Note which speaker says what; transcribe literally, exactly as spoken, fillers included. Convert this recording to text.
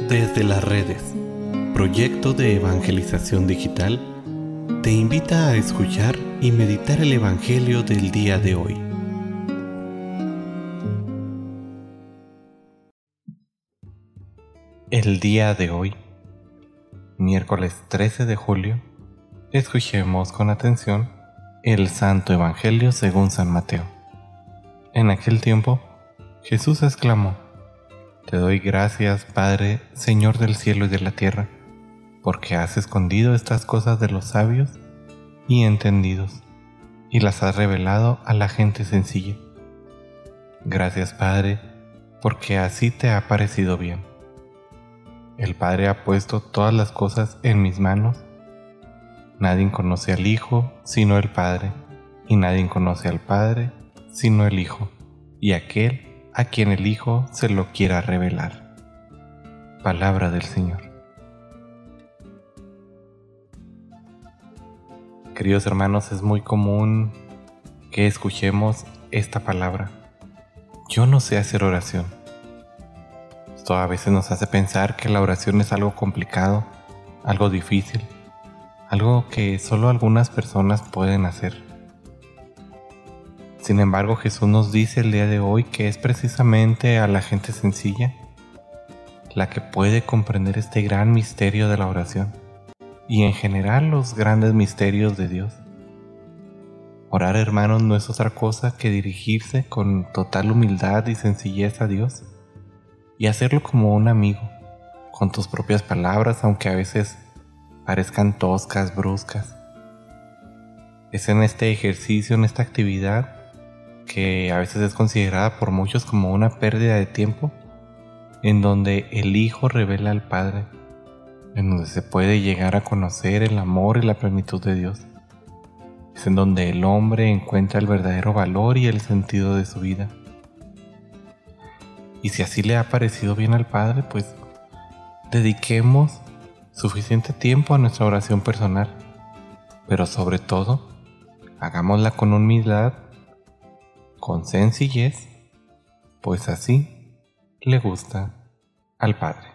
Speaker 1: Desde las redes, proyecto de evangelización digital, te invita a escuchar y meditar el Evangelio del día de hoy. El día de hoy, miércoles trece de julio, escuchemos con atención el Santo Evangelio según San Mateo. En aquel tiempo, Jesús exclamó: Te doy gracias, Padre, Señor del cielo y de la tierra, porque has escondido estas cosas de los sabios y entendidos, y las has revelado a la gente sencilla. Gracias, Padre, porque así te ha parecido bien. El Padre ha puesto todas las cosas en mis manos. Nadie conoce al Hijo sino el Padre, y nadie conoce al Padre sino el Hijo, y aquel a quien el Hijo se lo quiera revelar. Palabra del Señor. Queridos hermanos, es muy común que escuchemos esta palabra: yo no sé hacer oración. Esto a veces nos hace pensar que la oración es algo complicado, algo difícil, algo que solo algunas personas pueden hacer. Sin embargo, Jesús nos dice el día de hoy que es precisamente a la gente sencilla la que puede comprender este gran misterio de la oración y en general los grandes misterios de Dios. Orar, hermanos, no es otra cosa que dirigirse con total humildad y sencillez a Dios y hacerlo como un amigo, con tus propias palabras, aunque a veces parezcan toscas, bruscas. Es en este ejercicio, en esta actividad, que a veces es considerada por muchos como una pérdida de tiempo, en donde el Hijo revela al Padre, en donde se puede llegar a conocer el amor y la plenitud de Dios. Es en donde el hombre encuentra el verdadero valor y el sentido de su vida. Y si así le ha parecido bien al Padre, pues dediquemos suficiente tiempo a nuestra oración personal, pero sobre todo, hagámosla con humildad, con sencillez, pues así le gusta al Padre.